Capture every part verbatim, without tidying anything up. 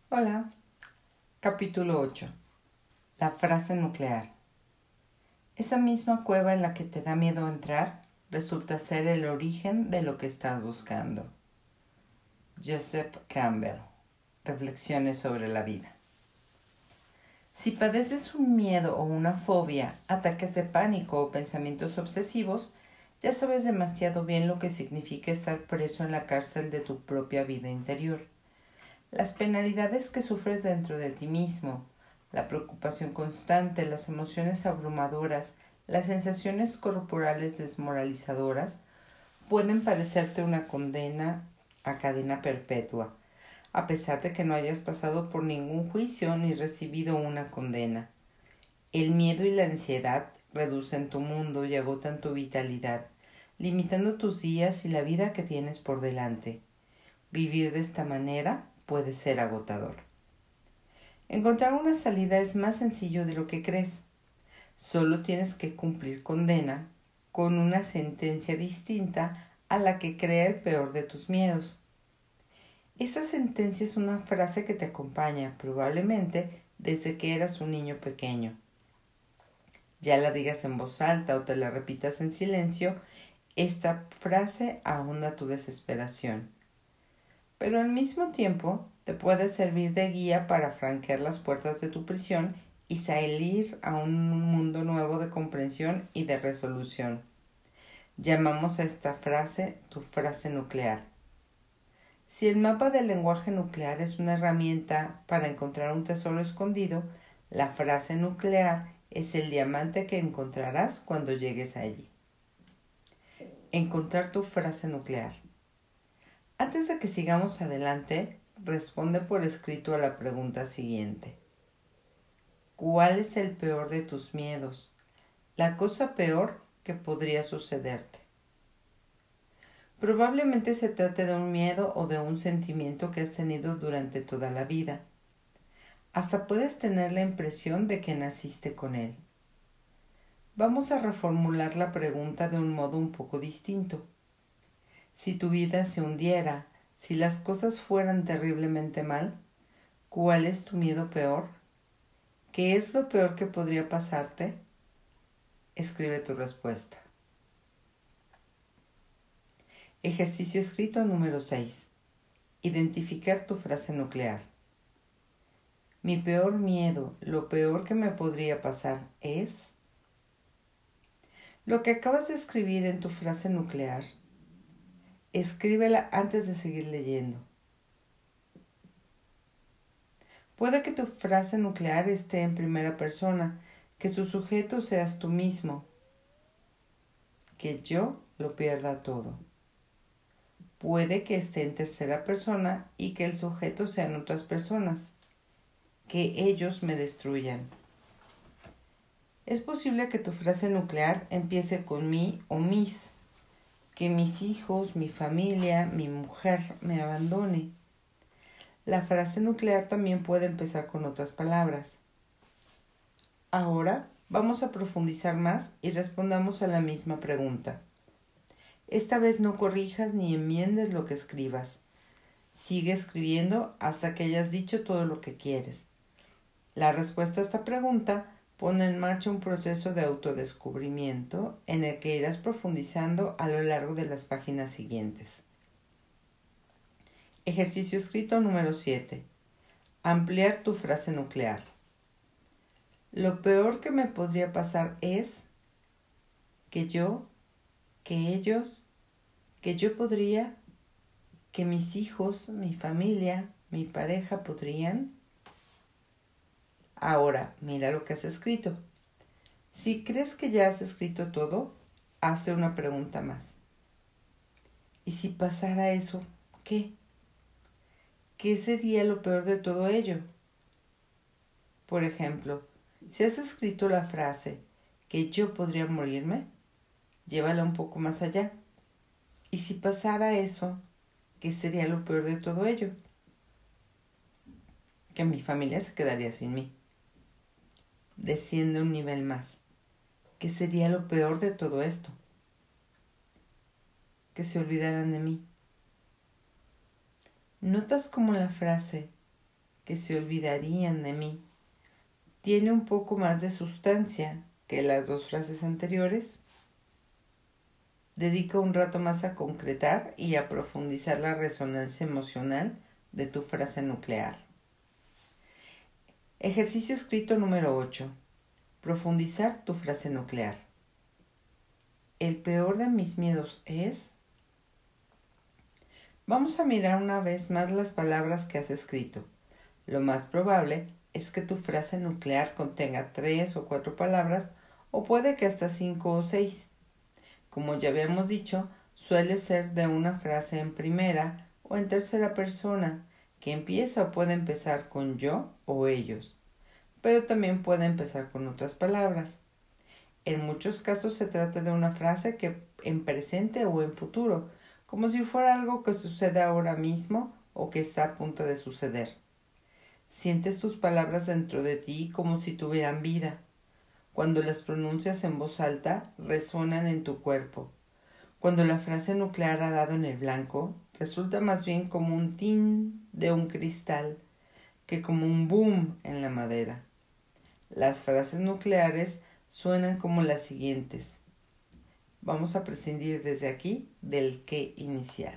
Hola. Capítulo ocho. La frase nuclear. Esa misma cueva en la que te da miedo entrar resulta ser el origen de lo que estás buscando. Joseph Campbell. Reflexiones sobre la vida. Si padeces un miedo o una fobia, ataques de pánico o pensamientos obsesivos, ya sabes demasiado bien lo que significa estar preso en la cárcel de tu propia vida interior. Las penalidades que sufres dentro de ti mismo, la preocupación constante, las emociones abrumadoras, las sensaciones corporales desmoralizadoras, pueden parecerte una condena a cadena perpetua, a pesar de que no hayas pasado por ningún juicio ni recibido una condena. El miedo y la ansiedad reducen tu mundo y agotan tu vitalidad, limitando tus días y la vida que tienes por delante. Vivir de esta manera puede ser agotador. Encontrar una salida es más sencillo de lo que crees. Solo tienes que cumplir condena con una sentencia distinta a la que crea el peor de tus miedos. Esa sentencia es una frase que te acompaña probablemente desde que eras un niño pequeño. Ya la digas en voz alta o te la repitas en silencio, esta frase ahonda tu desesperación. Pero al mismo tiempo te puede servir de guía para franquear las puertas de tu prisión y salir a un mundo nuevo de comprensión y de resolución. Llamamos a esta frase tu frase nuclear. Si el mapa del lenguaje nuclear es una herramienta para encontrar un tesoro escondido, la frase nuclear es el diamante que encontrarás cuando llegues allí. Encontrar tu frase nuclear. Antes de que sigamos adelante, responde por escrito a la pregunta siguiente. ¿Cuál es el peor de tus miedos? La cosa peor que podría sucederte. Probablemente se trate de un miedo o de un sentimiento que has tenido durante toda la vida. Hasta puedes tener la impresión de que naciste con él. Vamos a reformular la pregunta de un modo un poco distinto. Si tu vida se hundiera, si las cosas fueran terriblemente mal, ¿cuál es tu miedo peor? ¿Qué es lo peor que podría pasarte? Escribe tu respuesta. Ejercicio escrito número seis. Identificar tu frase nuclear. Mi peor miedo, lo peor que me podría pasar es... Lo que acabas de escribir en tu frase nuclear, escríbela antes de seguir leyendo. Puede que tu frase nuclear esté en primera persona, que su sujeto seas tú mismo, que yo lo pierda todo. Puede que esté en tercera persona y que el sujeto sean otras personas, que ellos me destruyan. Es posible que tu frase nuclear empiece con mi o mis, que mis hijos, mi familia, mi mujer me abandone. La frase nuclear también puede empezar con otras palabras. Ahora vamos a profundizar más y respondamos a la misma pregunta. Esta vez no corrijas ni enmiendes lo que escribas. Sigue escribiendo hasta que hayas dicho todo lo que quieres. La respuesta a esta pregunta pone en marcha un proceso de autodescubrimiento en el que irás profundizando a lo largo de las páginas siguientes. Ejercicio escrito número siete. Ampliar tu frase nuclear. Lo peor que me podría pasar es que yo, que ellos, que yo podría, que mis hijos, mi familia, mi pareja podrían. Ahora, mira lo que has escrito. Si crees que ya has escrito todo, hazte una pregunta más. ¿Y si pasara eso, qué? ¿Qué sería lo peor de todo ello? Por ejemplo, si has escrito la frase que yo podría morirme, llévala un poco más allá. ¿Y si pasara eso, qué sería lo peor de todo ello? Que mi familia se quedaría sin mí. Desciende un nivel más. ¿Qué sería lo peor de todo esto? Que se olvidaran de mí. ¿Notas cómo la frase que se olvidarían de mí. ¿Tiene un poco más de sustancia que las dos frases anteriores? Dedica un rato más a concretar y a profundizar la resonancia emocional de tu frase nuclear. Ejercicio escrito número ocho. Profundizar tu frase nuclear. ¿El peor de mis miedos es? Vamos a mirar una vez más las palabras que has escrito. Lo más probable es que tu frase nuclear contenga tres o cuatro palabras, o puede que hasta cinco o seis. Como ya habíamos dicho, suele ser de una frase en primera o en tercera persona, que empieza o puede empezar con yo o ellos, pero también puede empezar con otras palabras. En muchos casos se trata de una frase que en presente o en futuro, como si fuera algo que sucede ahora mismo o que está a punto de suceder. Sientes tus palabras dentro de ti como si tuvieran vida. Cuando las pronuncias en voz alta, resuenan en tu cuerpo. Cuando la frase nuclear ha dado en el blanco, resulta más bien como un tin de un cristal que como un boom en la madera. Las frases nucleares suenan como las siguientes. Vamos a prescindir desde aquí del qué inicial.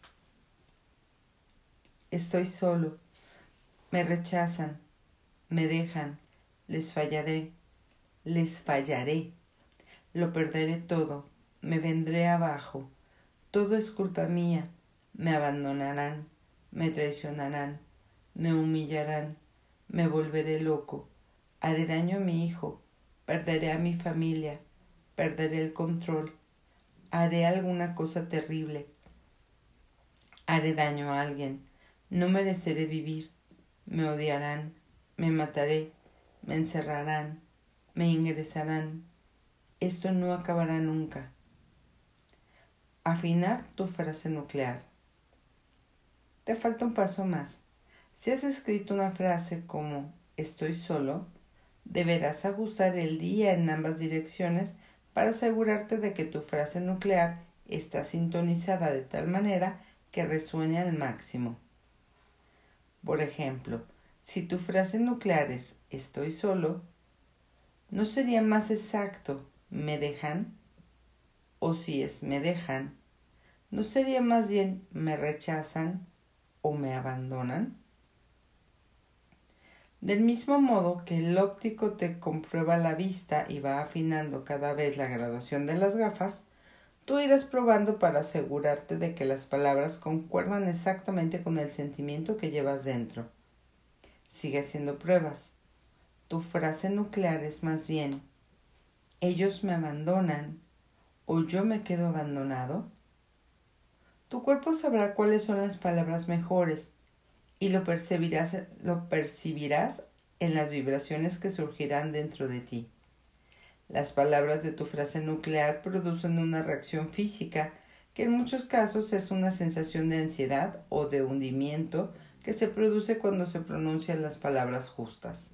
Estoy solo. Me rechazan. Me dejan. Les fallaré. Les fallaré. Lo perderé todo. Me vendré abajo. Todo es culpa mía. Me abandonarán. Me traicionarán. Me humillarán. Me volveré loco. Haré daño a mi hijo. Perderé a mi familia. Perderé el control. Haré alguna cosa terrible. Haré daño a alguien. No mereceré vivir. Me odiarán. Me mataré. Me encerrarán. Me ingresarán. Esto no acabará nunca. Afinar tu frase nuclear. Te falta un paso más. Si has escrito una frase como estoy solo, deberás ajustar el día en ambas direcciones para asegurarte de que tu frase nuclear está sintonizada de tal manera que resuene al máximo. Por ejemplo, si tu frase nuclear es estoy solo, ¿no sería más exacto me dejan? O si es me dejan, ¿no sería más bien me rechazan o me abandonan? Del mismo modo que el óptico te comprueba la vista y va afinando cada vez la graduación de las gafas, tú irás probando para asegurarte de que las palabras concuerdan exactamente con el sentimiento que llevas dentro. Sigue haciendo pruebas. Tu frase nuclear es más bien ellos me abandonan o yo me quedo abandonado. Tu cuerpo sabrá cuáles son las palabras mejores y lo percibirás, lo percibirás en las vibraciones que surgirán dentro de ti. Las palabras de tu frase nuclear producen una reacción física que en muchos casos es una sensación de ansiedad o de hundimiento que se produce cuando se pronuncian las palabras justas.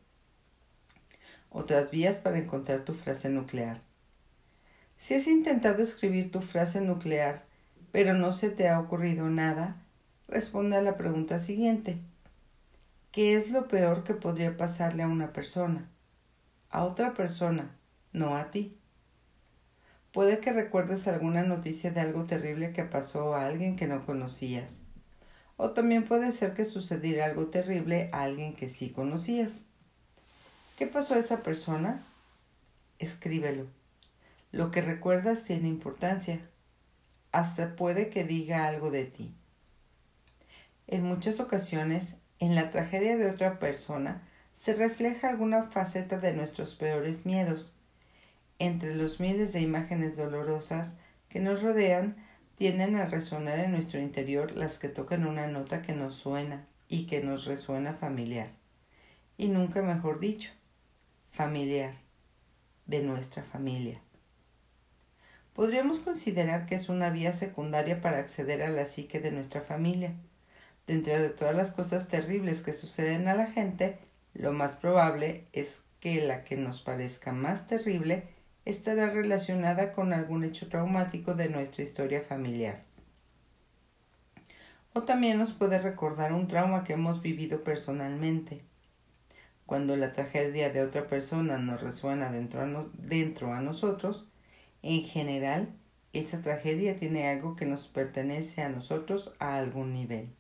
Otras vías para encontrar tu frase nuclear. Si has intentado escribir tu frase nuclear, pero no se te ha ocurrido nada, responde a la pregunta siguiente. ¿Qué es lo peor que podría pasarle a una persona? A otra persona, no a ti. Puede que recuerdes alguna noticia de algo terrible que pasó a alguien que no conocías. O también puede ser que sucediera algo terrible a alguien que sí conocías. ¿Qué pasó a esa persona? Escríbelo. Lo que recuerdas tiene importancia. Hasta puede que diga algo de ti. En muchas ocasiones, en la tragedia de otra persona, se refleja alguna faceta de nuestros peores miedos. Entre los miles de imágenes dolorosas que nos rodean, tienden a resonar en nuestro interior las que tocan una nota que nos suena y que nos resuena familiar. Y nunca mejor dicho, familiar, de nuestra familia. Podríamos considerar que es una vía secundaria para acceder a la psique de nuestra familia. Dentro de todas las cosas terribles que suceden a la gente, lo más probable es que la que nos parezca más terrible estará relacionada con algún hecho traumático de nuestra historia familiar. O también nos puede recordar un trauma que hemos vivido personalmente. Cuando la tragedia de otra persona nos resuena dentro a, no, dentro a nosotros, en general, esa tragedia tiene algo que nos pertenece a nosotros a algún nivel.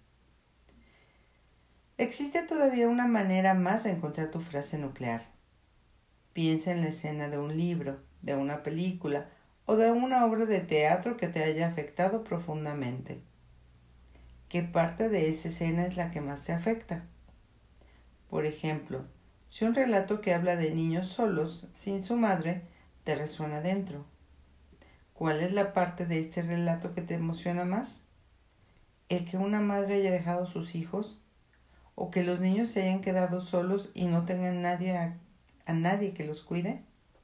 Existe todavía una manera más de encontrar tu frase nuclear. Piensa en la escena de un libro, de una película o de una obra de teatro que te haya afectado profundamente. ¿Qué parte de esa escena es la que más te afecta? Por ejemplo, si un relato que habla de niños solos, sin su madre, te resuena dentro, ¿cuál es la parte de este relato que te emociona más? ¿El que una madre haya dejado a sus hijos? ¿O que los niños se hayan quedado solos y no tengan nadie a, a nadie que los cuide?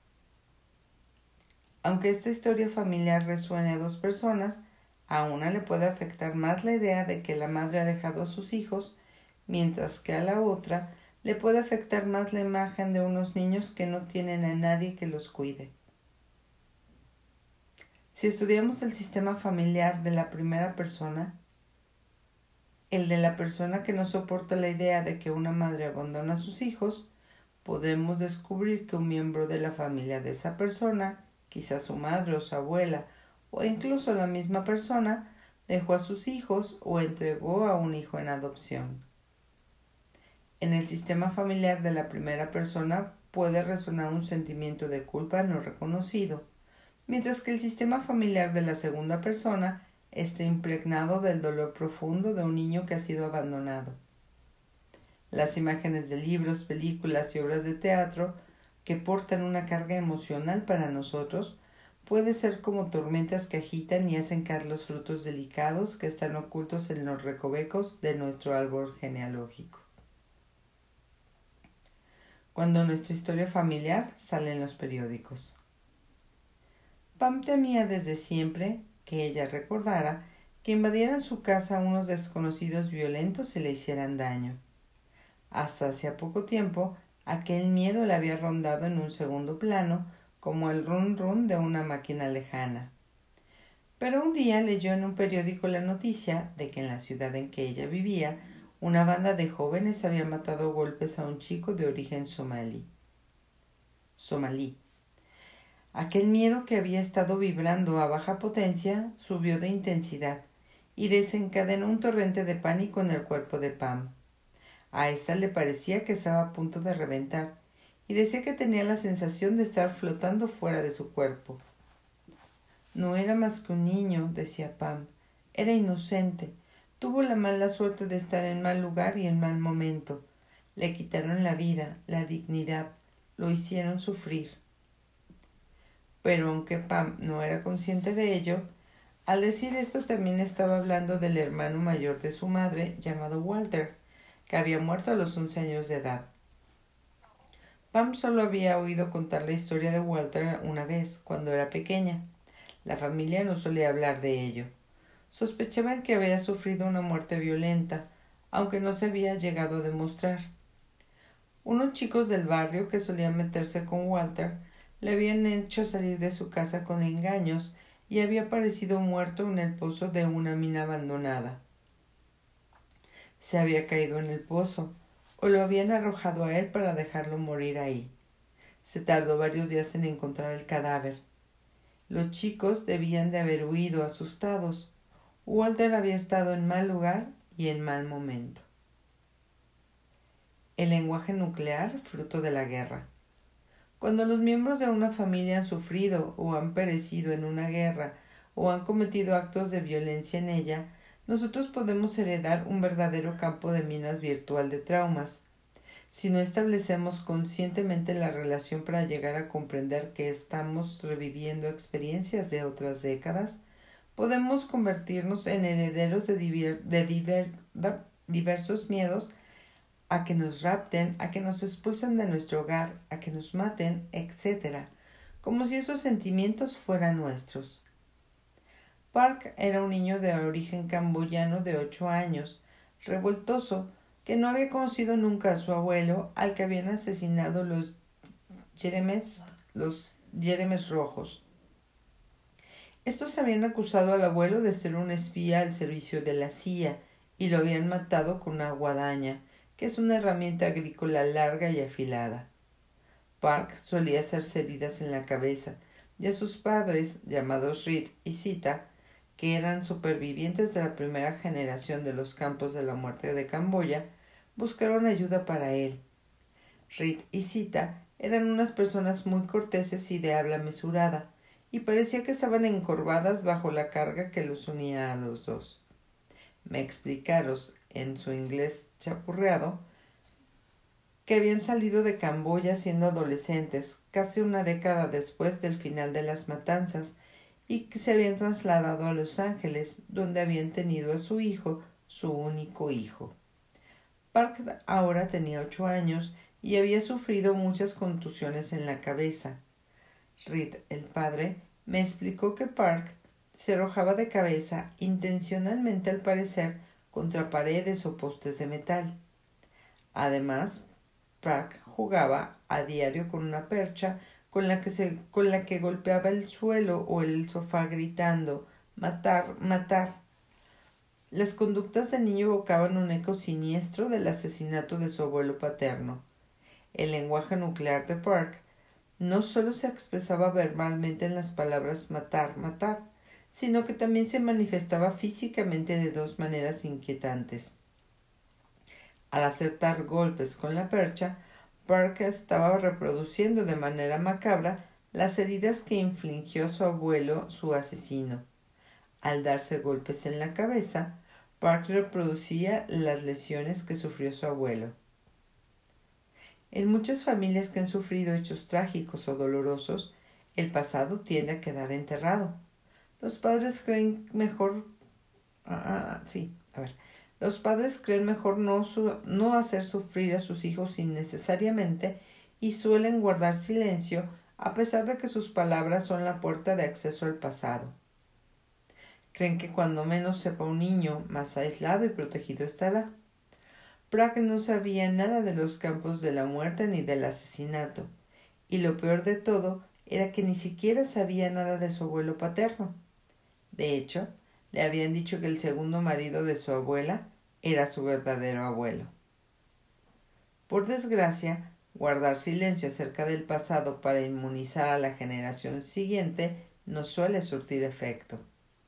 Aunque esta historia familiar resuene a dos personas, a una le puede afectar más la idea de que la madre ha dejado a sus hijos, mientras que a la otra le puede afectar más la imagen de unos niños que no tienen a nadie que los cuide. Si estudiamos el sistema familiar de la primera persona, el de la persona que no soporta la idea de que una madre abandona a sus hijos, podemos descubrir que un miembro de la familia de esa persona, quizás su madre o su abuela, o incluso la misma persona, dejó a sus hijos o entregó a un hijo en adopción. En el sistema familiar de la primera persona puede resonar un sentimiento de culpa no reconocido, mientras que el sistema familiar de la segunda persona está impregnado del dolor profundo de un niño que ha sido abandonado. Las imágenes de libros, películas y obras de teatro que portan una carga emocional para nosotros pueden ser como tormentas que agitan y hacen caer los frutos delicados que están ocultos en los recovecos de nuestro árbol genealógico. Cuando nuestra historia familiar sale en los periódicos. Pam temía desde siempre que ella recordara que invadieran su casa unos desconocidos violentos y le hicieran daño. Hasta hacía poco tiempo, aquel miedo le había rondado en un segundo plano, como el run run de una máquina lejana. Pero un día leyó en un periódico la noticia de que en la ciudad en que ella vivía, una banda de jóvenes había matado a golpes a un chico de origen somalí. Somalí. Aquel miedo que había estado vibrando a baja potencia subió de intensidad y desencadenó un torrente de pánico en el cuerpo de Pam. A ésta le parecía que estaba a punto de reventar y decía que tenía la sensación de estar flotando fuera de su cuerpo. No era más que un niño, decía Pam. Era inocente. Tuvo la mala suerte de estar en mal lugar y en mal momento. Le quitaron la vida, la dignidad, lo hicieron sufrir. Pero aunque Pam no era consciente de ello, al decir esto también estaba hablando del hermano mayor de su madre, llamado Walter, que había muerto a los once años de edad. Pam solo había oído contar la historia de Walter una vez, cuando era pequeña. La familia no solía hablar de ello. Sospechaban que había sufrido una muerte violenta, aunque no se había llegado a demostrar. Unos chicos del barrio que solían meterse con Walter le habían hecho salir de su casa con engaños y había aparecido muerto en el pozo de una mina abandonada. Se había caído en el pozo, o lo habían arrojado a él para dejarlo morir ahí. Se tardó varios días en encontrar el cadáver. Los chicos debían de haber huido asustados. Walter había estado en mal lugar y en mal momento. El lenguaje nuclear, fruto de la guerra. Cuando los miembros de una familia han sufrido o han perecido en una guerra o han cometido actos de violencia en ella, nosotros podemos heredar un verdadero campo de minas virtual de traumas. Si no establecemos conscientemente la relación para llegar a comprender que estamos reviviendo experiencias de otras décadas, podemos convertirnos en herederos de, diver, de diver, diversos miedos a que nos rapten, a que nos expulsen de nuestro hogar, a que nos maten, etcétera, como si esos sentimientos fueran nuestros. Park era un niño de origen camboyano de ocho años, revoltoso, que no había conocido nunca a su abuelo, al que habían asesinado los Yeremes, los Yeremes rojos. Estos habían acusado al abuelo de ser un espía al servicio de la C I A y lo habían matado con una guadaña, que es una herramienta agrícola larga y afilada. Park solía hacerse heridas en la cabeza, y a sus padres, llamados Reed y Sita, que eran supervivientes de la primera generación de los campos de la muerte de Camboya, buscaron ayuda para él. Reed y Sita eran unas personas muy corteses y de habla mesurada, y parecía que estaban encorvadas bajo la carga que los unía a los dos. Me explicaron, en su inglés chapurreado, que habían salido de Camboya siendo adolescentes, casi una década después del final de las matanzas, y que se habían trasladado a Los Ángeles, donde habían tenido a su hijo, su único hijo. Park ahora tenía ocho años y había sufrido muchas contusiones en la cabeza. Reed, el padre, me explicó que Park se arrojaba de cabeza, intencionalmente al parecer, contra paredes o postes de metal. Además, Park jugaba a diario con una percha con la que, se, con la que golpeaba el suelo o el sofá gritando «matar, matar». Las conductas del niño evocaban un eco siniestro del asesinato de su abuelo paterno. El lenguaje nuclear de Park no solo se expresaba verbalmente en las palabras matar, matar, sino que también se manifestaba físicamente de dos maneras inquietantes. Al acertar golpes con la percha, Park estaba reproduciendo de manera macabra las heridas que infligió a su abuelo, su asesino. Al darse golpes en la cabeza, Park reproducía las lesiones que sufrió su abuelo. En muchas familias que han sufrido hechos trágicos o dolorosos, el pasado tiende a quedar enterrado. Los padres creen mejor... Ah, sí, a ver. Los padres creen mejor no, su... no hacer sufrir a sus hijos innecesariamente y suelen guardar silencio a pesar de que sus palabras son la puerta de acceso al pasado. Creen que cuando menos sepa un niño, más aislado y protegido estará. Park no sabía nada de los campos de la muerte ni del asesinato, y lo peor de todo era que ni siquiera sabía nada de su abuelo paterno. De hecho, le habían dicho que el segundo marido de su abuela era su verdadero abuelo. Por desgracia, guardar silencio acerca del pasado para inmunizar a la generación siguiente no suele surtir efecto.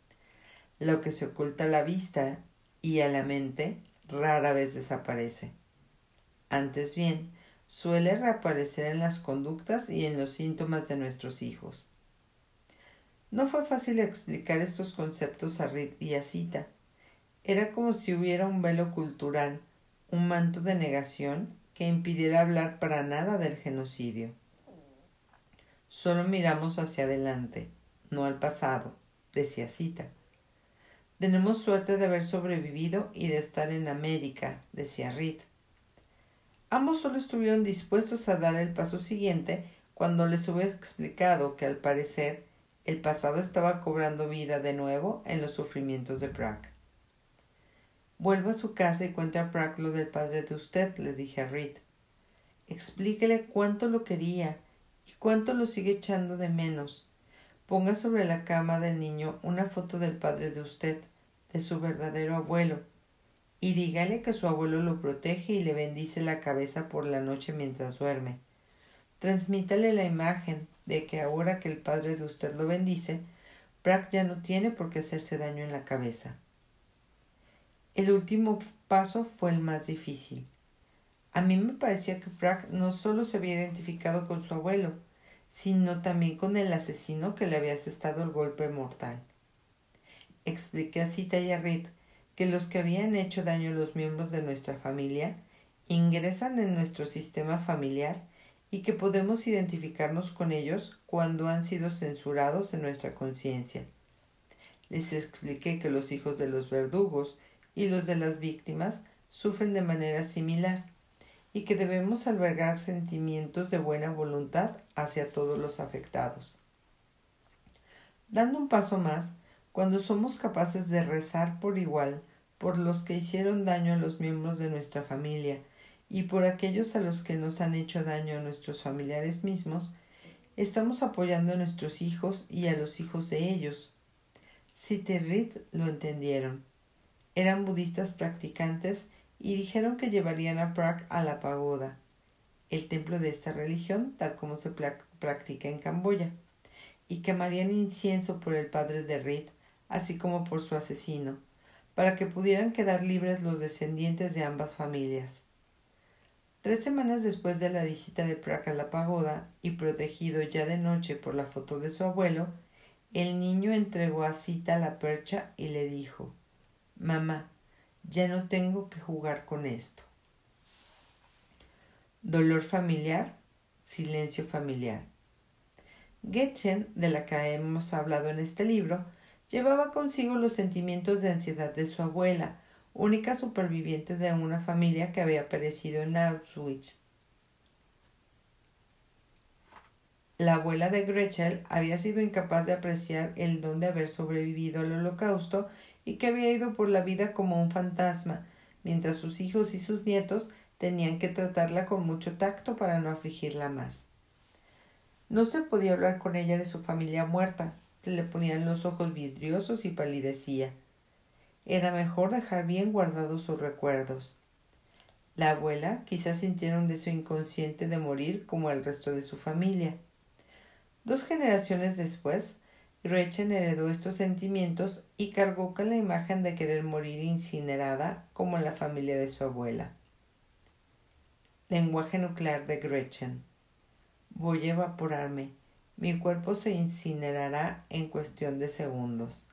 Lo que se oculta a la vista y a la mente rara vez desaparece. Antes bien, suele reaparecer en las conductas y en los síntomas de nuestros hijos. No fue fácil explicar estos conceptos a Reed y a Sita. Era como si hubiera un velo cultural, un manto de negación que impidiera hablar para nada del genocidio. Solo miramos hacia adelante, no al pasado, decía Sita. Tenemos suerte de haber sobrevivido y de estar en América, decía Reed. Ambos solo estuvieron dispuestos a dar el paso siguiente cuando les hubo explicado que, al parecer, el pasado estaba cobrando vida de nuevo en los sufrimientos de Park. Vuelva a su casa y cuente a Park lo del padre de usted, le dije a Reed. Explíquele cuánto lo quería y cuánto lo sigue echando de menos. Ponga sobre la cama del niño una foto del padre de usted, de su verdadero abuelo, y dígale que su abuelo lo protege y le bendice la cabeza por la noche mientras duerme. Transmítale la imagen de que ahora que el padre de usted lo bendice, Park ya no tiene por qué hacerse daño en la cabeza. El último paso fue el más difícil. A mí me parecía que Park no solo se había identificado con su abuelo, sino también con el asesino que le había asestado el golpe mortal. Expliqué a Sita y a Reed que los que habían hecho daño a los miembros de nuestra familia ingresan en nuestro sistema familiar y que podemos identificarnos con ellos cuando han sido censurados en nuestra conciencia. Les expliqué que los hijos de los verdugos y los de las víctimas sufren de manera similar y que debemos albergar sentimientos de buena voluntad hacia todos los afectados. Dando un paso más, cuando somos capaces de rezar por igual por los que hicieron daño a los miembros de nuestra familia y por aquellos a los que nos han hecho daño a nuestros familiares mismos, estamos apoyando a nuestros hijos y a los hijos de ellos. Sita y Reed lo entendieron. Eran budistas practicantes y dijeron que llevarían a Prak a la pagoda, el templo de esta religión, tal como se practica en Camboya, y quemarían incienso por el padre de Reed, así como por su asesino, para que pudieran quedar libres los descendientes de ambas familias. Tres semanas después de la visita de Prak a la pagoda, y protegido ya de noche por la foto de su abuelo, el niño entregó a Sita la percha y le dijo: «Mamá, ya no tengo que jugar con esto». Dolor familiar, silencio familiar. Gretchen, de la que hemos hablado en este libro, llevaba consigo los sentimientos de ansiedad de su abuela, única superviviente de una familia que había perecido en Auschwitz. La abuela de Gretchen había sido incapaz de apreciar el don de haber sobrevivido al Holocausto y que había ido por la vida como un fantasma, mientras sus hijos y sus nietos tenían que tratarla con mucho tacto para no afligirla más. No se podía hablar con ella de su familia muerta, se le ponían los ojos vidriosos y palidecía. Era mejor dejar bien guardados sus recuerdos. La abuela quizás sintiera un deseo inconsciente de morir como el resto de su familia. Dos generaciones después, Gretchen heredó estos sentimientos y cargó con la imagen de querer morir incinerada como la familia de su abuela. Lenguaje nuclear de Gretchen. Voy a evaporarme. Mi cuerpo se incinerará en cuestión de segundos.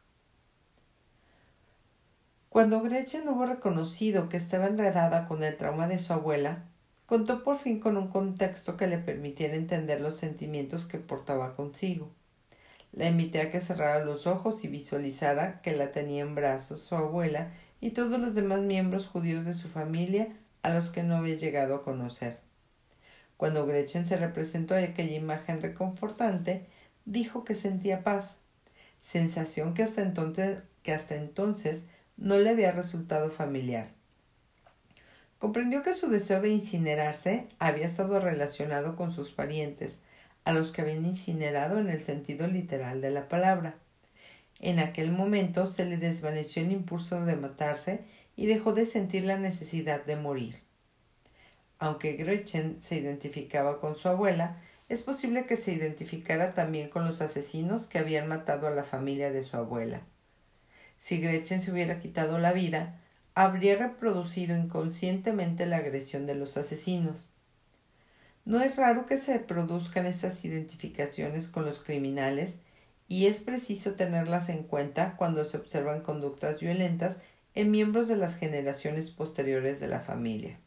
Cuando Gretchen hubo reconocido que estaba enredada con el trauma de su abuela, contó por fin con un contexto que le permitiera entender los sentimientos que portaba consigo. La invité a que cerrara los ojos y visualizara que la tenía en brazos su abuela y todos los demás miembros judíos de su familia a los que no había llegado a conocer. Cuando Gretchen se representó aquella imagen reconfortante, dijo que sentía paz, sensación que hasta entonces, que hasta entonces no le había resultado familiar. Comprendió que su deseo de incinerarse había estado relacionado con sus parientes, a los que habían incinerado en el sentido literal de la palabra. En aquel momento se le desvaneció el impulso de matarse y dejó de sentir la necesidad de morir. Aunque Gretchen se identificaba con su abuela, es posible que se identificara también con los asesinos que habían matado a la familia de su abuela. Si Gretchen se hubiera quitado la vida, habría reproducido inconscientemente la agresión de los asesinos. No es raro que se produzcan estas identificaciones con los criminales y es preciso tenerlas en cuenta cuando se observan conductas violentas en miembros de las generaciones posteriores de la familia.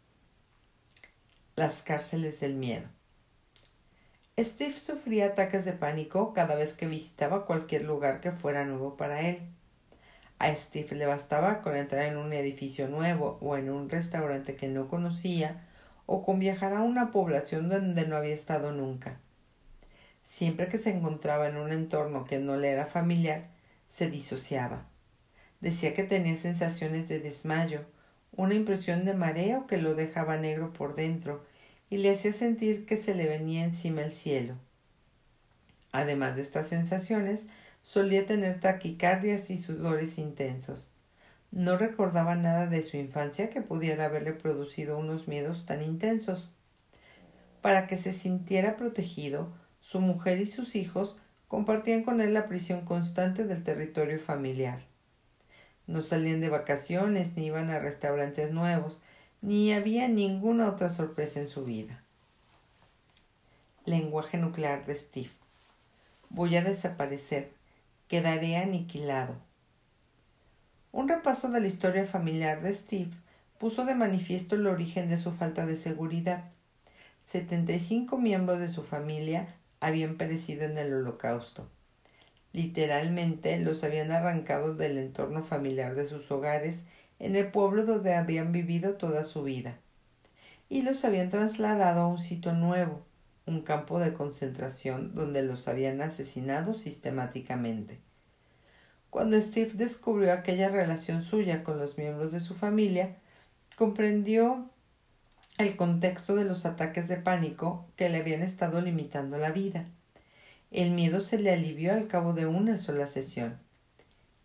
Las cárceles del miedo. Steve sufría ataques de pánico cada vez que visitaba cualquier lugar que fuera nuevo para él. A Steve le bastaba con entrar en un edificio nuevo o en un restaurante que no conocía o con viajar a una población donde no había estado nunca. Siempre que se encontraba en un entorno que no le era familiar, se disociaba. Decía que tenía sensaciones de desmayo, una impresión de mareo que lo dejaba negro por dentro y le hacía sentir que se le venía encima el cielo. Además de estas sensaciones, solía tener taquicardias y sudores intensos. No recordaba nada de su infancia que pudiera haberle producido unos miedos tan intensos. Para que se sintiera protegido, su mujer y sus hijos compartían con él la prisión constante del territorio familiar. No salían de vacaciones ni iban a restaurantes nuevos, ni había ninguna otra sorpresa en su vida. Lenguaje nuclear de Steve. Voy a desaparecer. Quedaré aniquilado. Un repaso de la historia familiar de Steve puso de manifiesto el origen de su falta de seguridad. setenta y cinco miembros de su familia habían perecido en el Holocausto. Literalmente los habían arrancado del entorno familiar de sus hogares en el pueblo donde habían vivido toda su vida, y los habían trasladado a un sitio nuevo, un campo de concentración donde los habían asesinado sistemáticamente. Cuando Steve descubrió aquella relación suya con los miembros de su familia, comprendió el contexto de los ataques de pánico que le habían estado limitando la vida. El miedo se le alivió al cabo de una sola sesión.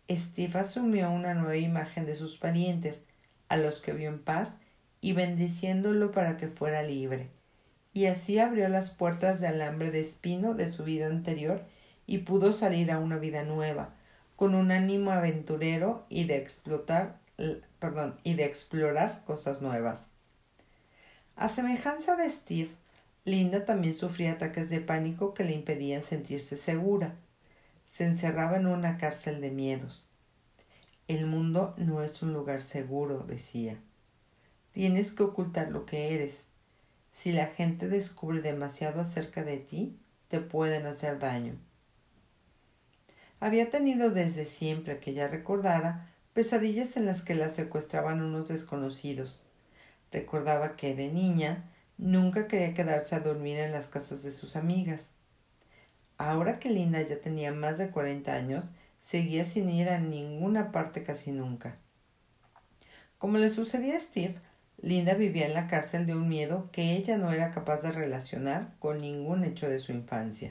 Steve asumió una nueva imagen de sus parientes, a los que vio en paz y bendiciéndolo para que fuera libre, y así abrió las puertas de alambre de espino de su vida anterior y pudo salir a una vida nueva, con un ánimo aventurero y de explotar, perdón, y de explorar cosas nuevas. A semejanza de Steve, Linda también sufría ataques de pánico que le impedían sentirse segura. Se encerraba en una cárcel de miedos. El mundo no es un lugar seguro, decía. Tienes que ocultar lo que eres. Si la gente descubre demasiado acerca de ti, te pueden hacer daño. Había tenido desde siempre que ella recordara pesadillas en las que la secuestraban unos desconocidos. Recordaba que de niña nunca quería quedarse a dormir en las casas de sus amigas. Ahora que Linda ya tenía más de cuarenta años, seguía sin ir a ninguna parte casi nunca. Como le sucedía a Steve, Linda vivía en la cárcel de un miedo que ella no era capaz de relacionar con ningún hecho de su infancia.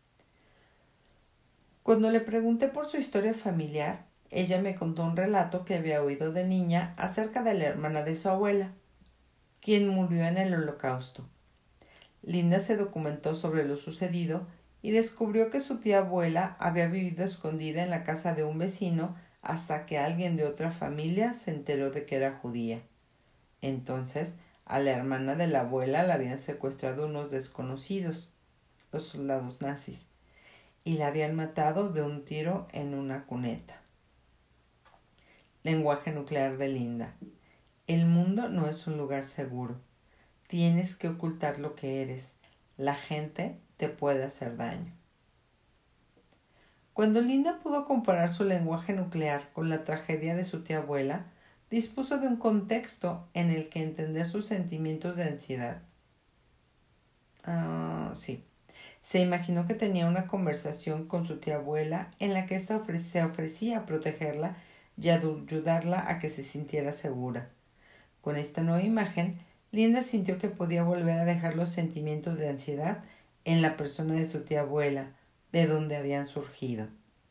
Cuando le pregunté por su historia familiar, ella me contó un relato que había oído de niña acerca de la hermana de su abuela, quien murió en el Holocausto. Linda se documentó sobre lo sucedido y descubrió que su tía abuela había vivido escondida en la casa de un vecino hasta que alguien de otra familia se enteró de que era judía. Entonces, a la hermana de la abuela la habían secuestrado unos desconocidos, los soldados nazis, y la habían matado de un tiro en una cuneta. Lenguaje nuclear de Linda. El mundo no es un lugar seguro. Tienes que ocultar lo que eres. La gente te puede hacer daño. Cuando Linda pudo comparar su lenguaje nuclear con la tragedia de su tía abuela, dispuso de un contexto en el que entender sus sentimientos de ansiedad. Uh, sí. Se imaginó que tenía una conversación con su tía abuela en la que ésta ofre- se ofrecía a protegerla y a ayudarla a que se sintiera segura. Con esta nueva imagen, Linda sintió que podía volver a dejar los sentimientos de ansiedad en la persona de su tía abuela, de donde habían surgido.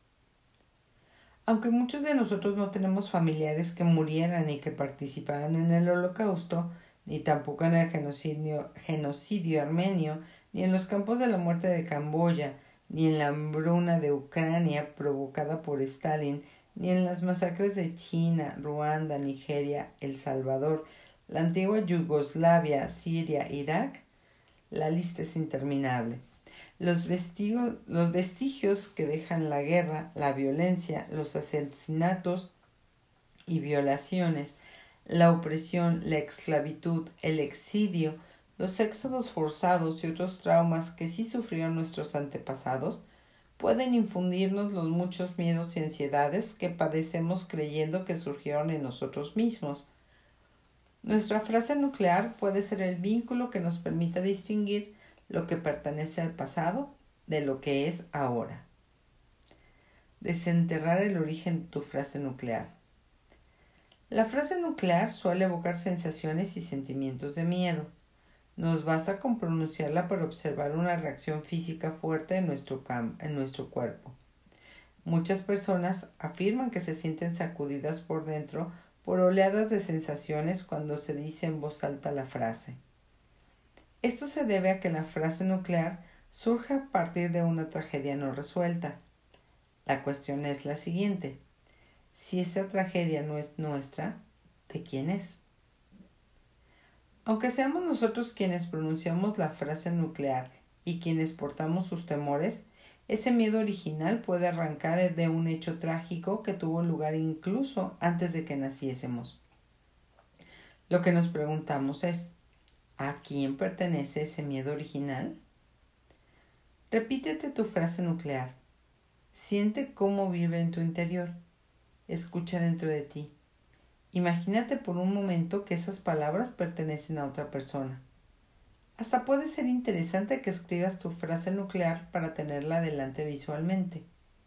Aunque muchos de nosotros no tenemos familiares que murieran y que participaran en el Holocausto, ni tampoco en el genocidio, genocidio armenio, ni en los campos de la muerte de Camboya, ni en la hambruna de Ucrania provocada por Stalin, ni en las masacres de China, Ruanda, Nigeria, El Salvador, la antigua Yugoslavia, Siria, Irak, la lista es interminable. Los vestigios, los vestigios que dejan la guerra, la violencia, los asesinatos y violaciones, la opresión, la esclavitud, el exilio, los éxodos forzados y otros traumas que sí sufrieron nuestros antepasados, pueden infundirnos los muchos miedos y ansiedades que padecemos creyendo que surgieron en nosotros mismos. Nuestra frase nuclear puede ser el vínculo que nos permita distinguir lo que pertenece al pasado de lo que es ahora. Desenterrar el origen de tu frase nuclear. La frase nuclear suele evocar sensaciones y sentimientos de miedo. Nos basta con pronunciarla para observar una reacción física fuerte en nuestro, cam- en nuestro cuerpo. Muchas personas afirman que se sienten sacudidas por dentro por oleadas de sensaciones cuando se dice en voz alta la frase. Esto se debe a que la frase nuclear surge a partir de una tragedia no resuelta. La cuestión es la siguiente: si esa tragedia no es nuestra, ¿de quién es? Aunque seamos nosotros quienes pronunciamos la frase nuclear y quienes portamos sus temores, ese miedo original puede arrancar de un hecho trágico que tuvo lugar incluso antes de que naciésemos. Lo que nos preguntamos es, ¿a quién pertenece ese miedo original? Repítete tu frase nuclear. Siente cómo vive en tu interior. Escucha dentro de ti. Imagínate por un momento que esas palabras pertenecen a otra persona. Hasta puede ser interesante que escribas tu frase nuclear para tenerla delante visualmente.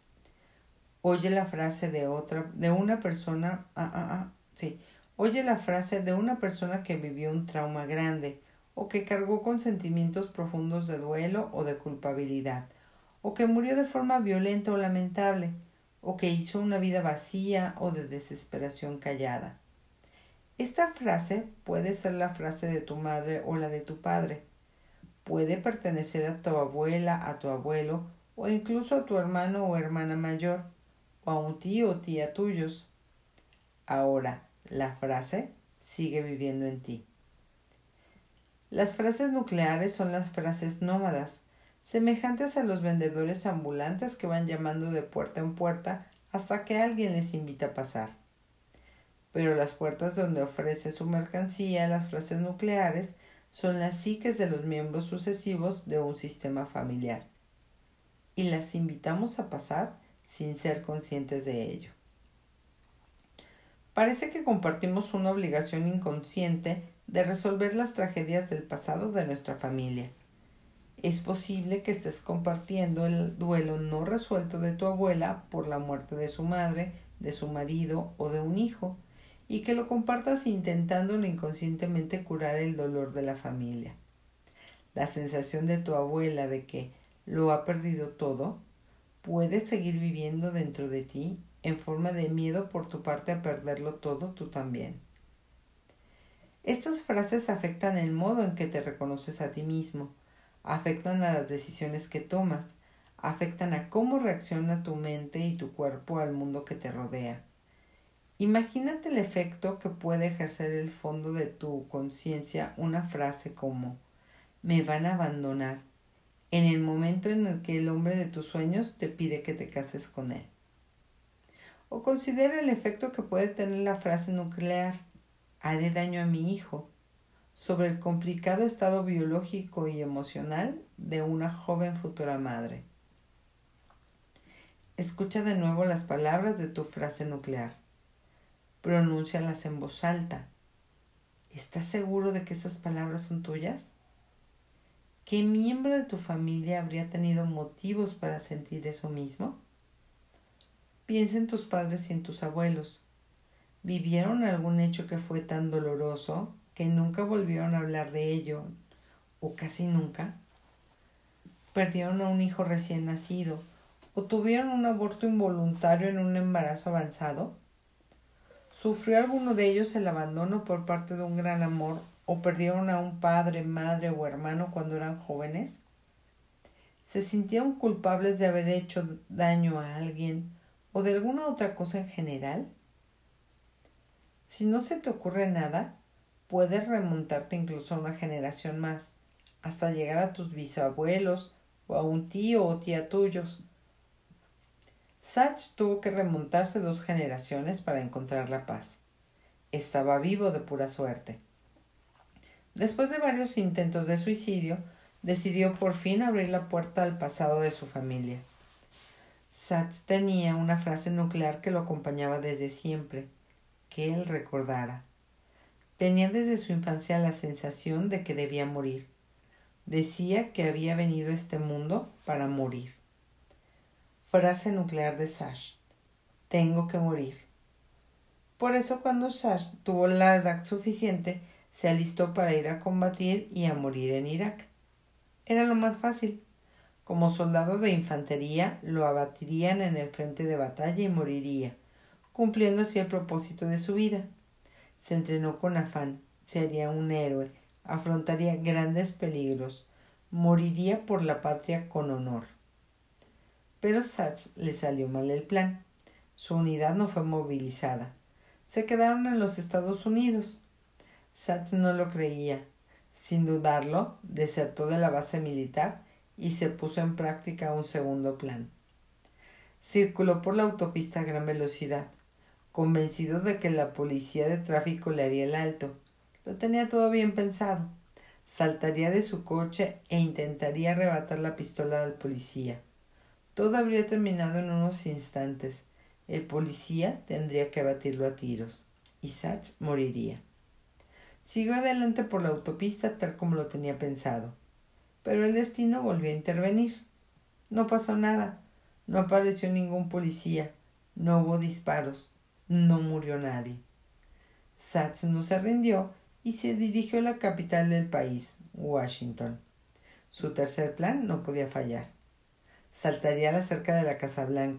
Oye la frase de otra, de una persona, ah, ah, ah, sí, oye la frase de una persona que vivió un trauma grande, o que cargó con sentimientos profundos de duelo o de culpabilidad, o que murió de forma violenta o lamentable, o que hizo una vida vacía o de desesperación callada. Esta frase puede ser la frase de tu madre o la de tu padre. Puede pertenecer a tu abuela, a tu abuelo o incluso a tu hermano o hermana mayor o a un tío o tía tuyos. Ahora, la frase sigue viviendo en ti. Las frases nucleares son las frases nómadas, semejantes a los vendedores ambulantes que van llamando de puerta en puerta hasta que alguien les invita a pasar. Pero las puertas donde ofrece su mercancía, las frases nucleares, son las psiques de los miembros sucesivos de un sistema familiar. Y las invitamos a pasar sin ser conscientes de ello. Parece que compartimos una obligación inconsciente de resolver las tragedias del pasado de nuestra familia. Es posible que estés compartiendo el duelo no resuelto de tu abuela por la muerte de su madre, de su marido o de un hijo, y que lo compartas intentando inconscientemente curar el dolor de la familia. La sensación de tu abuela de que lo ha perdido todo puede seguir viviendo dentro de ti en forma de miedo por tu parte a perderlo todo tú también. Estas frases afectan el modo en que te reconoces a ti mismo, afectan a las decisiones que tomas, afectan a cómo reacciona tu mente y tu cuerpo al mundo que te rodea. Imagínate el efecto que puede ejercer el fondo de tu conciencia una frase como «me van a abandonar» en el momento en el que el hombre de tus sueños te pide que te cases con él. O considera el efecto que puede tener la frase nuclear «haré daño a mi hijo» sobre el complicado estado biológico y emocional de una joven futura madre. Escucha de nuevo las palabras de tu frase nuclear. Pronúncialas en voz alta. ¿Estás seguro de que esas palabras son tuyas? ¿Qué miembro de tu familia habría tenido motivos para sentir eso mismo? Piensa en tus padres y en tus abuelos. ¿Vivieron algún hecho que fue tan doloroso que nunca volvieron a hablar de ello, o casi nunca? ¿Perdieron a un hijo recién nacido, o tuvieron un aborto involuntario en un embarazo avanzado? ¿Sufrió alguno de ellos el abandono por parte de un gran amor, o perdieron a un padre, madre o hermano cuando eran jóvenes? ¿Se sintieron culpables de haber hecho daño a alguien o de alguna otra cosa en general? Si no se te ocurre nada, puedes remontarte incluso a una generación más, hasta llegar a tus bisabuelos o a un tío o tía tuyos. Sachs tuvo que remontarse dos generaciones para encontrar la paz. Estaba vivo de pura suerte. Después de varios intentos de suicidio, decidió por fin abrir la puerta al pasado de su familia. Sachs tenía una frase nuclear que lo acompañaba desde siempre, que él recordara. Tenía desde su infancia la sensación de que debía morir. Decía que había venido a este mundo para morir. Frase nuclear de Sachs. Tengo que morir. Por eso cuando Sachs tuvo la edad suficiente, se alistó para ir a combatir y a morir en Irak. Era lo más fácil. Como soldado de infantería, lo abatirían en el frente de batalla y moriría, cumpliendo así el propósito de su vida. Se entrenó con afán, se haría un héroe, afrontaría grandes peligros, moriría por la patria con honor. Pero Sachs le salió mal el plan. Su unidad no fue movilizada. Se quedaron en los Estados Unidos. Sachs no lo creía. Sin dudarlo, desertó de la base militar y se puso en práctica un segundo plan. Circuló por la autopista a gran velocidad, convencido de que la policía de tráfico le haría el alto. Lo tenía todo bien pensado. Saltaría de su coche e intentaría arrebatar la pistola al policía. Todo habría terminado en unos instantes. El policía tendría que abatirlo a tiros, y Sachs moriría. Siguió adelante por la autopista tal como lo tenía pensado, pero el destino volvió a intervenir. No pasó nada, no apareció ningún policía, no hubo disparos, no murió nadie. Sachs no se rindió y se dirigió a la capital del país, Washington. Su tercer plan no podía fallar. Saltaría a la cerca de la Casa Blanca,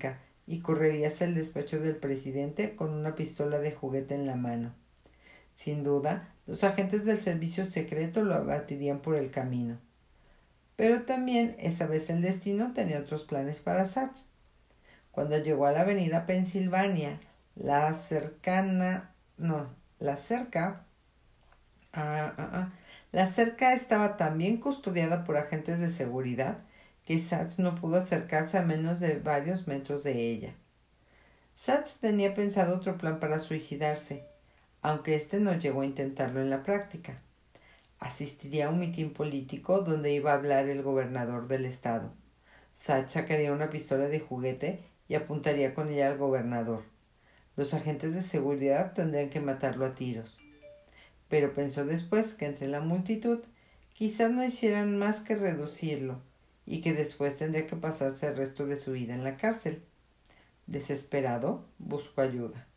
y correría hacia el despacho del presidente con una pistola de juguete en la mano. Sin duda, los agentes del servicio secreto lo abatirían por el camino. Pero también, esa vez el destino tenía otros planes para Satch. Cuando llegó a la avenida Pensilvania, la cercana... no, la cerca... Ah, ah, ah, la cerca estaba tan bien custodiada por agentes de seguridad que Satch no pudo acercarse a menos de varios metros de ella. Satch tenía pensado otro plan para suicidarse, aunque éste no llegó a intentarlo en la práctica. Asistiría a un mitin político donde iba a hablar el gobernador del estado. Satch sacaría una pistola de juguete y apuntaría con ella al gobernador. Los agentes de seguridad tendrían que matarlo a tiros. Pero pensó después que entre la multitud quizás no hicieran más que reducirlo y que después tendría que pasarse el resto de su vida en la cárcel. Desesperado, buscó ayuda.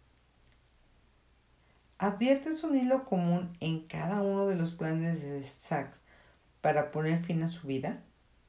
¿Adviertes un hilo común en cada uno de los planes de Satch para poner fin a su vida?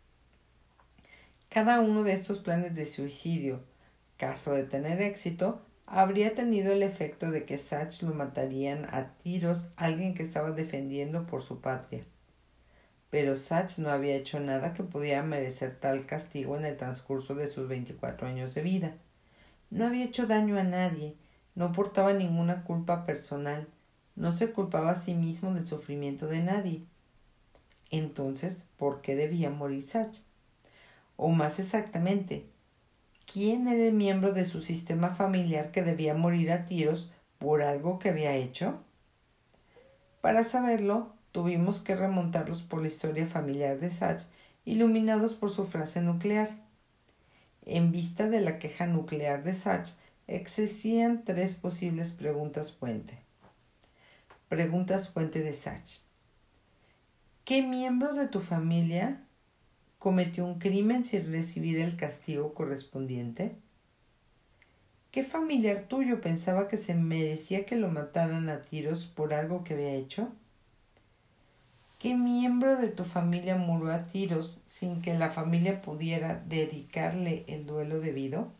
Cada uno de estos planes de suicidio, caso de tener éxito, habría tenido el efecto de que Satch lo matarían a tiros alguien que estaba defendiendo por su patria. Pero Satch no había hecho nada que pudiera merecer tal castigo en el transcurso de sus veinticuatro años de vida. No había hecho daño a nadie, no portaba ninguna culpa personal, no se culpaba a sí mismo del sufrimiento de nadie. Entonces, ¿por qué debía morir Satch? O más exactamente, ¿quién era el miembro de su sistema familiar que debía morir a tiros por algo que había hecho? Para saberlo, tuvimos que remontarlos por la historia familiar de Satch, iluminados por su frase nuclear. En vista de la queja nuclear de Satch, existían tres posibles preguntas fuente. Preguntas fuente de Satch. ¿Qué miembros de tu familia cometió un crimen sin recibir el castigo correspondiente? ¿Qué familiar tuyo pensaba que se merecía que lo mataran a tiros por algo que había hecho? ¿Qué miembro de tu familia murió a tiros sin que la familia pudiera dedicarle el duelo debido?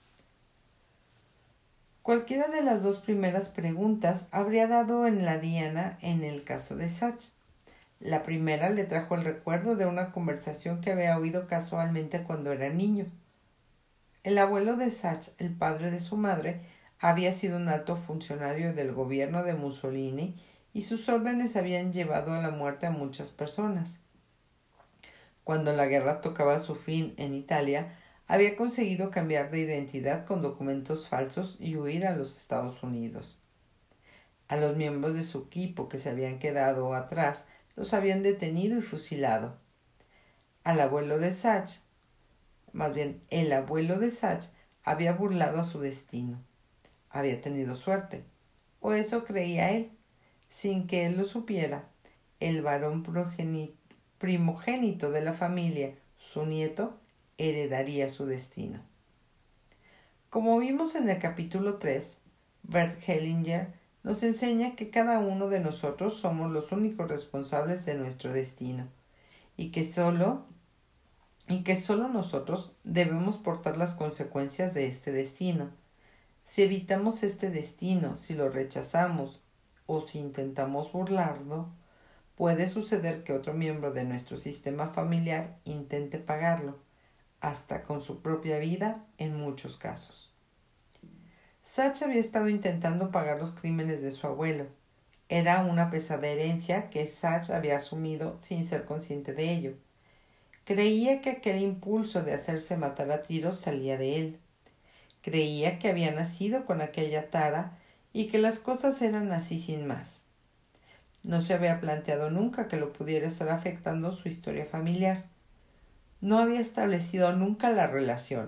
Cualquiera de las dos primeras preguntas habría dado en la diana en el caso de Satch. La primera le trajo el recuerdo de una conversación que había oído casualmente cuando era niño. El abuelo de Satch, el padre de su madre, había sido un alto funcionario del gobierno de Mussolini y sus órdenes habían llevado a la muerte a muchas personas. Cuando la guerra tocaba su fin en Italia, había conseguido cambiar de identidad con documentos falsos y huir a los Estados Unidos. A los miembros de su equipo que se habían quedado atrás los habían detenido y fusilado. Al abuelo de Satch, más bien el abuelo de Satch, había burlado a su destino. Había tenido suerte, o eso creía él. Sin que él lo supiera, el varón primogénito de la familia, su nieto, heredaría su destino. Como vimos en el capítulo tres, Bert Hellinger nos enseña que cada uno de nosotros somos los únicos responsables de nuestro destino y que solo, y que solo nosotros debemos portar las consecuencias de este destino. Si evitamos este destino, si lo rechazamos o si intentamos burlarlo, puede suceder que otro miembro de nuestro sistema familiar intente pagarlo, hasta con su propia vida en muchos casos. Satch había estado intentando pagar los crímenes de su abuelo. Era una pesada herencia que Satch había asumido sin ser consciente de ello. Creía que aquel impulso de hacerse matar a tiros salía de él. Creía que había nacido con aquella tara y que las cosas eran así sin más. No se había planteado nunca que lo pudiera estar afectando su historia familiar. No había establecido nunca la relación.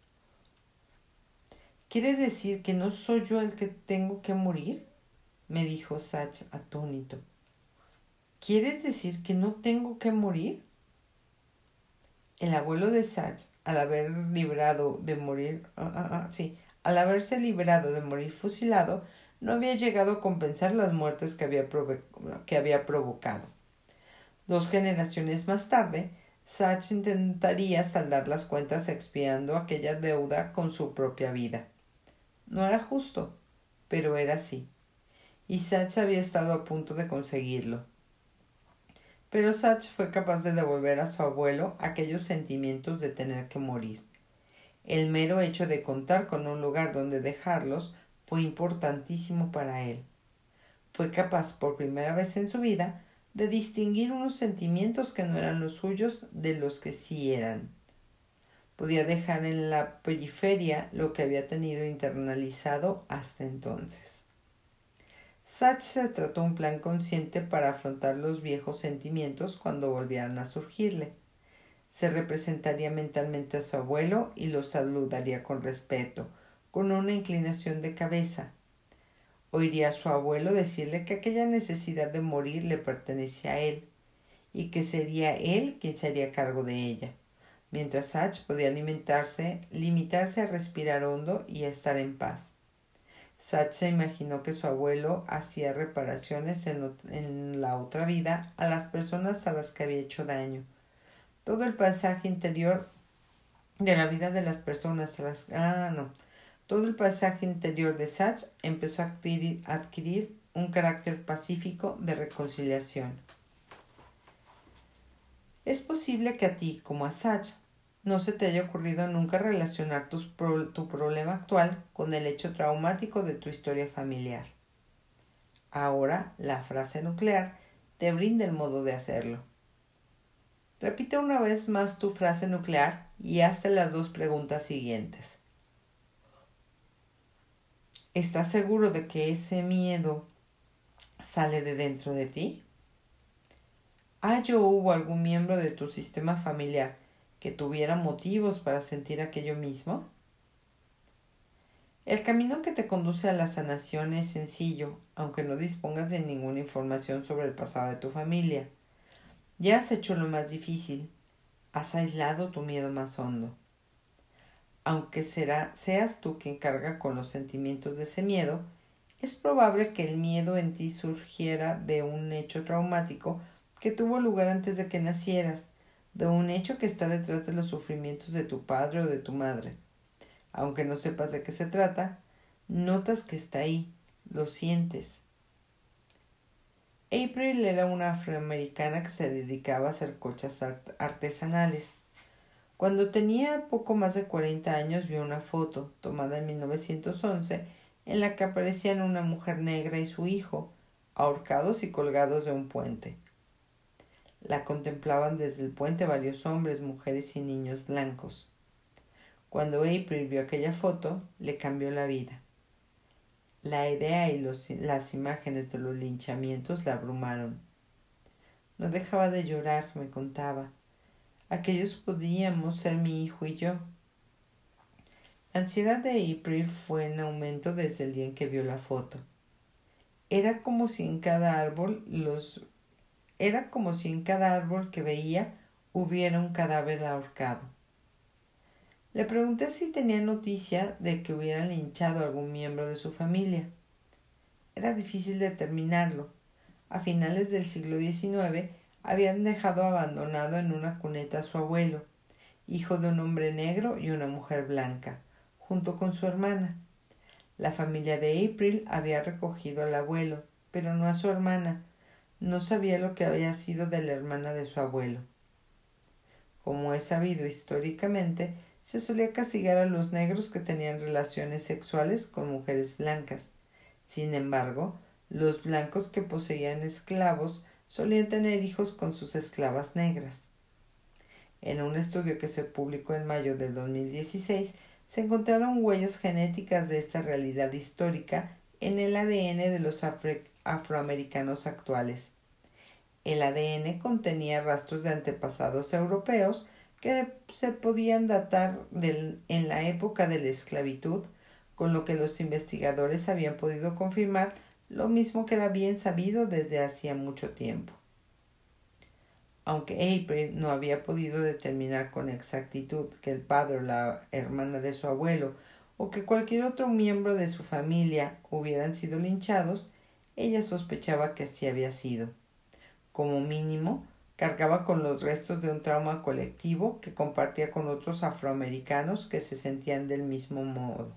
¿Quieres decir que no soy yo el que tengo que morir?, me dijo Satch atónito. ¿Quieres decir que no tengo que morir? El abuelo de Satch, al haber librado de morir, ah, ah, ah, sí, al haberse librado de morir fusilado, no había llegado a compensar las muertes que había, provo- que había provocado. Dos generaciones más tarde, Sachs intentaría saldar las cuentas expiando aquella deuda con su propia vida. No era justo, pero era así, y Sachs había estado a punto de conseguirlo. Pero Sachs fue capaz de devolver a su abuelo aquellos sentimientos de tener que morir. El mero hecho de contar con un lugar donde dejarlos fue importantísimo para él. Fue capaz, por primera vez en su vida, de distinguir unos sentimientos que no eran los suyos de los que sí eran. Podía dejar en la periferia lo que había tenido internalizado hasta entonces. Sachs se trató un plan consciente para afrontar los viejos sentimientos cuando volvieran a surgirle. Se representaría mentalmente a su abuelo y lo saludaría con respeto, con una inclinación de cabeza. Oiría a su abuelo decirle que aquella necesidad de morir le pertenecía a él, y que sería él quien se haría cargo de ella, mientras Sachs podía alimentarse, limitarse a respirar hondo y a estar en paz. Sachs se imaginó que su abuelo hacía reparaciones en, en la otra vida a las personas a las que había hecho daño. Todo el paisaje interior de la vida de las personas a las... Ah, no. Todo el paisaje interior de Sachs empezó a adquirir, a adquirir un carácter pacífico de reconciliación. Es posible que a ti, como a Sachs, no se te haya ocurrido nunca relacionar tus pro, tu problema actual con el hecho traumático de tu historia familiar. Ahora, la frase nuclear te brinda el modo de hacerlo. Repite una vez más tu frase nuclear y hazte las dos preguntas siguientes. ¿Estás seguro de que ese miedo sale de dentro de ti? ¿Hay o hubo algún miembro de tu sistema familiar que tuviera motivos para sentir aquello mismo? El camino que te conduce a la sanación es sencillo, aunque no dispongas de ninguna información sobre el pasado de tu familia. Ya has hecho lo más difícil, has aislado tu miedo más hondo. Aunque será, seas tú quien carga con los sentimientos de ese miedo, es probable que el miedo en ti surgiera de un hecho traumático que tuvo lugar antes de que nacieras, de un hecho que está detrás de los sufrimientos de tu padre o de tu madre. Aunque no sepas de qué se trata, notas que está ahí, lo sientes. April era una afroamericana que se dedicaba a hacer colchas artesanales. Cuando tenía poco más de cuarenta años vio una foto, tomada en mil novecientos once, en la que aparecían una mujer negra y su hijo, ahorcados y colgados de un puente. La contemplaban desde el puente varios hombres, mujeres y niños blancos. Cuando April vio aquella foto, le cambió la vida. La idea y los, las imágenes de los linchamientos la abrumaron. No dejaba de llorar, me contaba. Aquellos podíamos ser mi hijo y yo. La ansiedad de April fue en aumento desde el día en que vio la foto. Era como si en cada árbol los era como si en cada árbol que veía hubiera un cadáver ahorcado. Le pregunté si tenía noticia de que hubieran linchado a algún miembro de su familia. Era difícil determinarlo. A finales del siglo diecinueve habían dejado abandonado en una cuneta a su abuelo, hijo de un hombre negro y una mujer blanca, junto con su hermana. La familia de April había recogido al abuelo, pero no a su hermana. No sabía lo que había sido de la hermana de su abuelo. Como es sabido históricamente, se solía castigar a los negros que tenían relaciones sexuales con mujeres blancas. Sin embargo, los blancos que poseían esclavos solían tener hijos con sus esclavas negras. En un estudio que se publicó en mayo del dos mil dieciséis, se encontraron huellas genéticas de esta realidad histórica en el A D N de los afro- afroamericanos actuales. El A D N contenía rastros de antepasados europeos que se podían datar del, en la época de la esclavitud, con lo que los investigadores habían podido confirmar lo mismo que era bien sabido desde hacía mucho tiempo. Aunque April no había podido determinar con exactitud que el padre o la hermana de su abuelo o que cualquier otro miembro de su familia hubieran sido linchados, ella sospechaba que así había sido. Como mínimo, Cargaba con los restos de un trauma colectivo que compartía con otros afroamericanos que se sentían del mismo modo.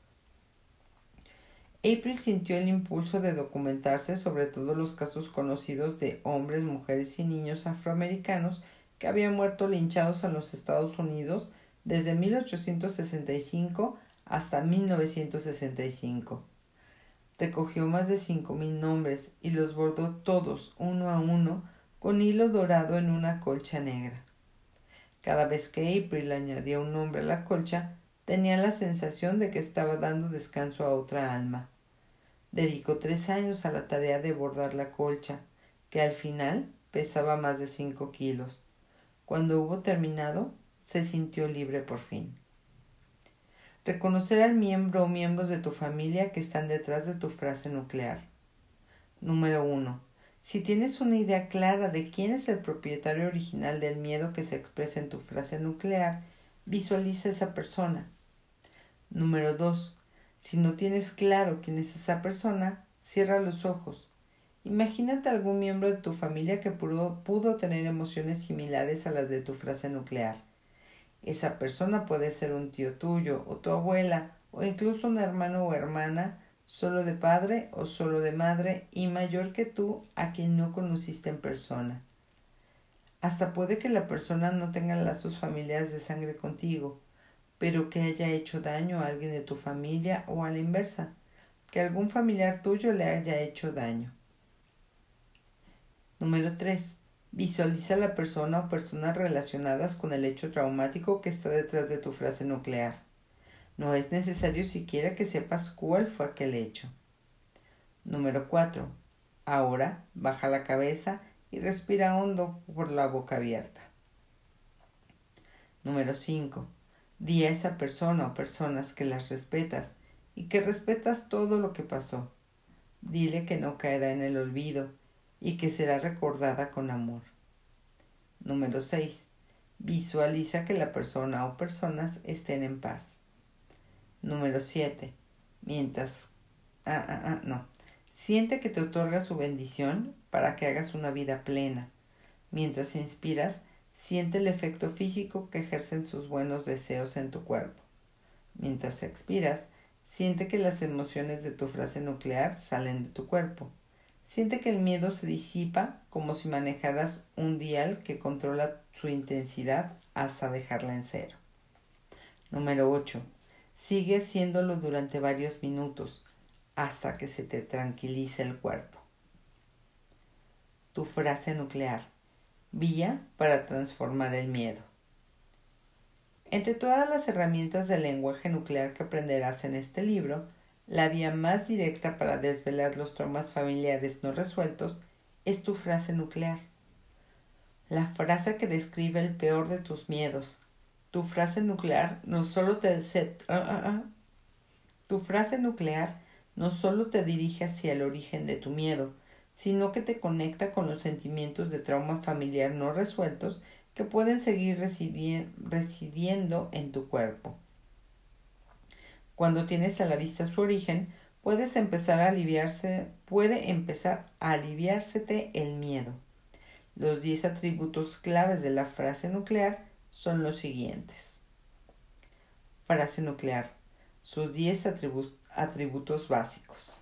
April sintió el impulso de documentarse sobre todos los casos conocidos de hombres, mujeres y niños afroamericanos que habían muerto linchados en los Estados Unidos desde mil ochocientos sesenta y cinco hasta mil novecientos sesenta y cinco. Recogió más de cinco mil nombres y los bordó todos, uno a uno, con hilo dorado en una colcha negra. Cada vez que April añadía un nombre a la colcha, tenía la sensación de que estaba dando descanso a otra alma. Dedicó tres años a la tarea de bordar la colcha, que al final pesaba más de cinco kilos. Cuando hubo terminado, se sintió libre por fin. Reconocer al miembro o miembros de tu familia que están detrás de tu frase nuclear. Número uno. Si tienes una idea clara de quién es el propietario original del miedo que se expresa en tu frase nuclear, visualiza a esa persona. Número dos. Si no tienes claro quién es esa persona, cierra los ojos. Imagínate algún miembro de tu familia que pudo, pudo tener emociones similares a las de tu frase nuclear. Esa persona puede ser un tío tuyo, o tu abuela, o incluso un hermano o hermana, solo de padre o solo de madre, y mayor que tú, a quien no conociste en persona. Hasta puede que la persona no tenga lazos familiares de sangre contigo, pero que haya hecho daño a alguien de tu familia o a la inversa, que algún familiar tuyo le haya hecho daño. Número tres. Visualiza a la persona o personas relacionadas con el hecho traumático que está detrás de tu frase nuclear. No es necesario siquiera que sepas cuál fue aquel hecho. Número cuatro. Ahora baja la cabeza y respira hondo por la boca abierta. Número cinco. Di a esa persona o personas que las respetas y que respetas todo lo que pasó. Dile que no caerá en el olvido y que será recordada con amor. Número seis. Visualiza que la persona o personas estén en paz. Número siete. Mientras... Ah, ah, ah, no. Siente que te otorga su bendición para que hagas una vida plena. Mientras inspiras, siente el efecto físico que ejercen sus buenos deseos en tu cuerpo. Mientras expiras, siente que las emociones de tu frase nuclear salen de tu cuerpo. Siente que el miedo se disipa como si manejaras un dial que controla su intensidad hasta dejarla en cero. Número ocho. Sigue haciéndolo durante varios minutos hasta que se te tranquilice el cuerpo. Tu frase nuclear. Vía para transformar el miedo. Entre todas las herramientas del lenguaje nuclear que aprenderás en este libro, la vía más directa para desvelar los traumas familiares no resueltos es tu frase nuclear. La frase que describe el peor de tus miedos. Tu frase nuclear no solo te uh, uh, uh. Tu frase nuclear no solo te dirige hacia el origen de tu miedo, sino que te conecta con los sentimientos de trauma familiar no resueltos que pueden seguir residi- residiendo en tu cuerpo. Cuando tienes a la vista su origen, puedes empezar a aliviarse, puede empezar a aliviársete el miedo. Los diez atributos claves de la frase nuclear son los siguientes. Frase nuclear. Sus diez atribu- atributos básicos.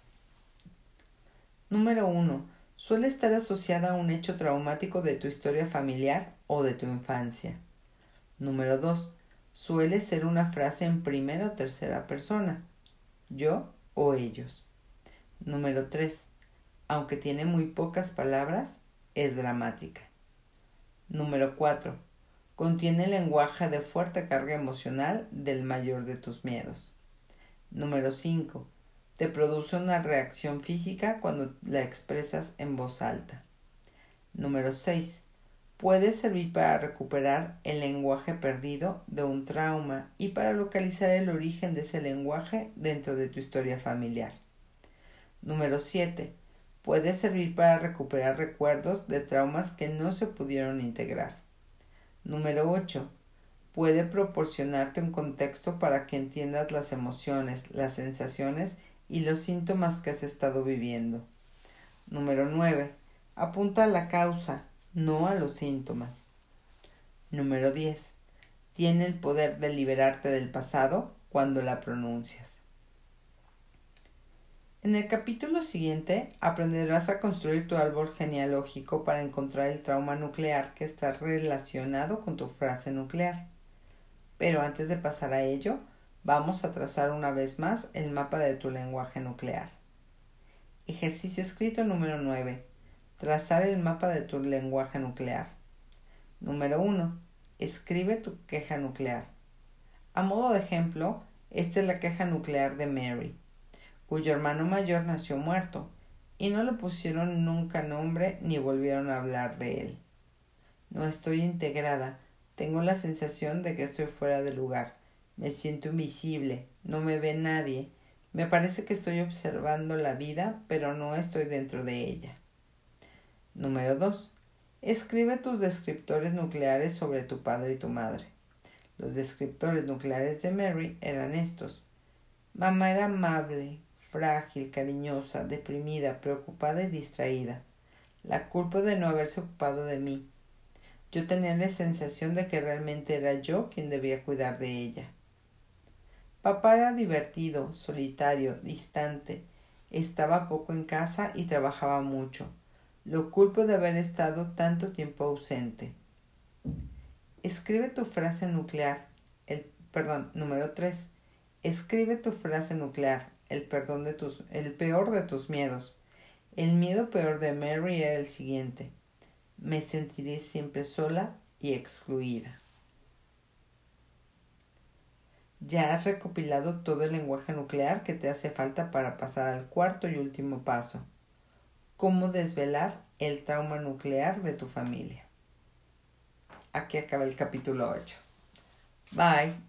Número uno. Suele estar asociada a un hecho traumático de tu historia familiar o de tu infancia. Número dos. Suele ser una frase en primera o tercera persona, yo o ellos. Número tres. Aunque tiene muy pocas palabras, es dramática. Número cuatro. Contiene lenguaje de fuerte carga emocional del mayor de tus miedos. Número cinco. Te produce una reacción física cuando la expresas en voz alta. Número seis. Puede servir para recuperar el lenguaje perdido de un trauma y para localizar el origen de ese lenguaje dentro de tu historia familiar. Número siete. Puede servir para recuperar recuerdos de traumas que no se pudieron integrar. Número ocho. Puede proporcionarte un contexto para que entiendas las emociones, las sensaciones y los síntomas que has estado viviendo. Número nueve. Apunta a la causa, no a los síntomas. Número diez. Tiene el poder de liberarte del pasado cuando la pronuncias. En el capítulo siguiente aprenderás a construir tu árbol genealógico para encontrar el trauma nuclear que está relacionado con tu frase nuclear. Pero antes de pasar a ello, vamos a trazar una vez más el mapa de tu lenguaje nuclear. Ejercicio escrito número nueve. Trazar el mapa de tu lenguaje nuclear. Número uno. Escribe tu queja nuclear. A modo de ejemplo, esta es la queja nuclear de Mary, cuyo hermano mayor nació muerto, y no le pusieron nunca nombre ni volvieron a hablar de él. No estoy integrada, tengo la sensación de que estoy fuera de lugar, me siento invisible, no me ve nadie, me parece que estoy observando la vida, pero no estoy dentro de ella. Número dos. Escribe tus descriptores nucleares sobre tu padre y tu madre. Los descriptores nucleares de Mary eran estos. Mamá era amable, frágil, cariñosa, deprimida, preocupada y distraída. La culpa de no haberse ocupado de mí. Yo tenía la sensación de que realmente era yo quien debía cuidar de ella. Papá era divertido, solitario, distante. Estaba poco en casa y trabajaba mucho. Lo culpo de haber estado tanto tiempo ausente. Escribe tu frase nuclear. El, perdón, número tres. Escribe tu frase nuclear. El, perdón de tus, el peor de tus miedos. El miedo peor de Mary era el siguiente. Me sentiré siempre sola y excluida. Ya has recopilado todo el lenguaje nuclear que te hace falta para pasar al cuarto y último paso. ¿Cómo desvelar el trauma nuclear de tu familia? Aquí acaba el capítulo ocho. Bye.